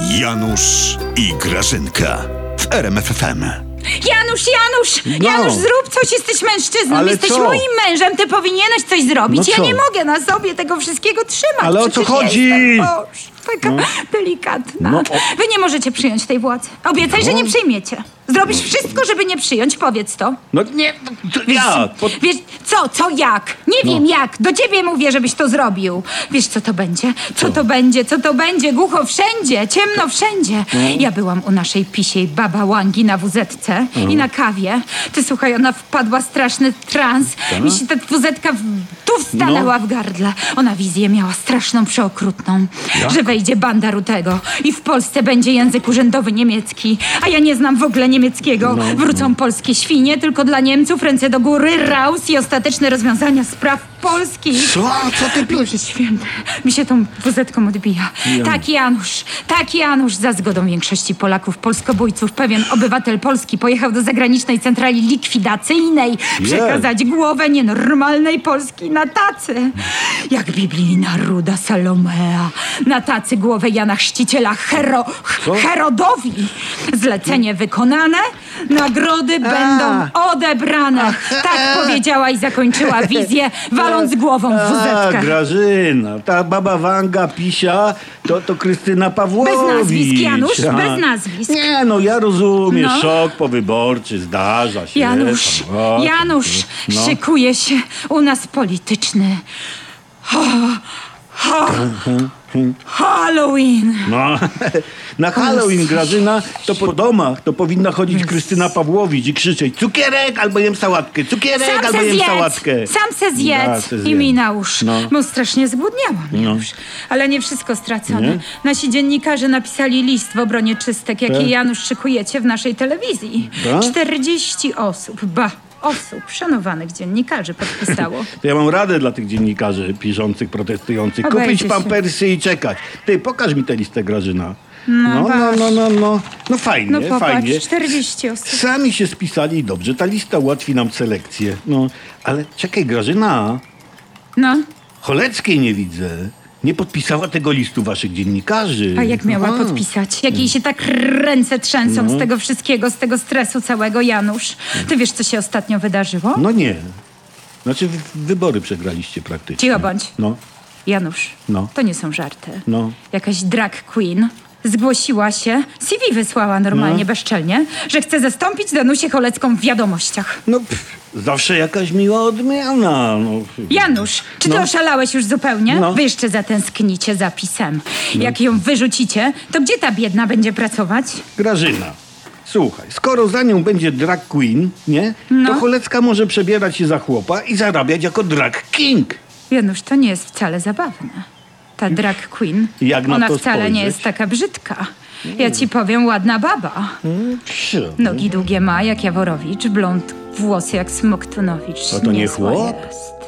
Janusz i Grażynka w RMF FM. Janusz, zrób coś, jesteś mężczyzną, Ale jesteś co? moim mężem, ty powinieneś coś zrobić. No Ja co? nie mogę na sobie tego wszystkiego trzymać. Ale o co Przecież chodzi? Jestem, taka delikatna. No, Wy nie możecie przyjąć tej władzy. Obiecaj, że nie przyjmiecie. Zrobisz wszystko, żeby nie przyjąć, powiedz to. No nie, ja. Wiesz, co jak? Nie wiem jak. Do ciebie mówię, żebyś to zrobił. Wiesz, co to będzie? Co to będzie? Głucho wszędzie, ciemno wszędzie. Ja byłam u naszej pisiej baba Wangi na WZ-ce i na kawie. Ty słuchaj, ona wpadła w straszny trans. Mi się ta WZ-ka tu stanęła w gardle. Ona wizję miała straszną, przeokrutną. Że wejdzie banda Rutego i w Polsce będzie język urzędowy niemiecki. A ja nie znam w ogóle niemieckiego. Wrócą polskie świnie, tylko dla Niemców, ręce do góry, raus i ostateczne rozwiązania spraw polskich. Co ty Boże święty, mi się tą WZ-ką odbija. Tak Janusz, za zgodą większości Polaków, polskobójców, pewien obywatel Polski pojechał do zagranicznej centrali likwidacyjnej przekazać głowę nienormalnej Polski na tacy. Jak biblijna Ruda Salomea. Na tacy głowę Jana Chrzciciela Herodowi. Zlecenie wykonane, nagrody będą odebrane. Tak powiedziała i zakończyła wizję, waląc głową w WZ-kę. Grażyna, ta baba Wanga, Pisia, to Krystyna Pawłowicz. Bez nazwisk, Janusz, bez nazwisk. Nie, ja rozumiem, szok powyborczy, zdarza się. Janusz, szykuje się u nas polityczny Halloween. Na Halloween, Grażyna, to po domach to powinna chodzić Krystyna Pawłowicz i krzyczeć: cukierek albo jem sałatkę, cukierek albo jem sałatkę. Sam se zjedz i mi nałóż, bo strasznie zgłodniałam, Janusz. Ale nie wszystko stracone. Nie? Nasi dziennikarze napisali list w obronie czystek, jaki Janusz szykujecie w naszej telewizji. 40 osób, szanowanych dziennikarzy podpisało. To ja mam radę dla tych dziennikarzy piszących, protestujących. Obejdzie Kupić się. pampersy i czekać. Ty, pokaż mi tę listę, Grażyna. No fajnie, No popatrz, fajnie. 40 osób. Sami się spisali i dobrze, ta lista ułatwi nam selekcję. Ale czekaj, Grażyna, Choleckiej nie widzę. Nie podpisała tego listu waszych dziennikarzy. A jak miała podpisać? Jak jej się tak ręce trzęsą z tego wszystkiego, z tego stresu całego, Janusz? Ty wiesz, co się ostatnio wydarzyło? No nie. Znaczy wybory przegraliście praktycznie. Cicho bądź. Janusz, to nie są żarty. Jakaś drag queen zgłosiła się, CV wysłała normalnie, bezczelnie, że chce zastąpić Danusię Cholecką w wiadomościach. Zawsze jakaś miła odmiana. Janusz, czy ty oszalałeś już zupełnie? Wy jeszcze zatęsknicie za pisem. Jak ją wyrzucicie, to gdzie ta biedna będzie pracować? Grażyna, słuchaj, skoro za nią będzie drag queen, nie? To Cholecka może przebierać się za chłopa i zarabiać jako drag king. Janusz, to nie jest wcale zabawne. Ta drag queen, Jak na ona to wcale nie spojrzeć? jest taka brzydka. Ja ci powiem, ładna baba. Nogi długie ma, jak Jaworowicz, blond, włosy jak Smoktunowicz. A to nie Niezła chłop? jest.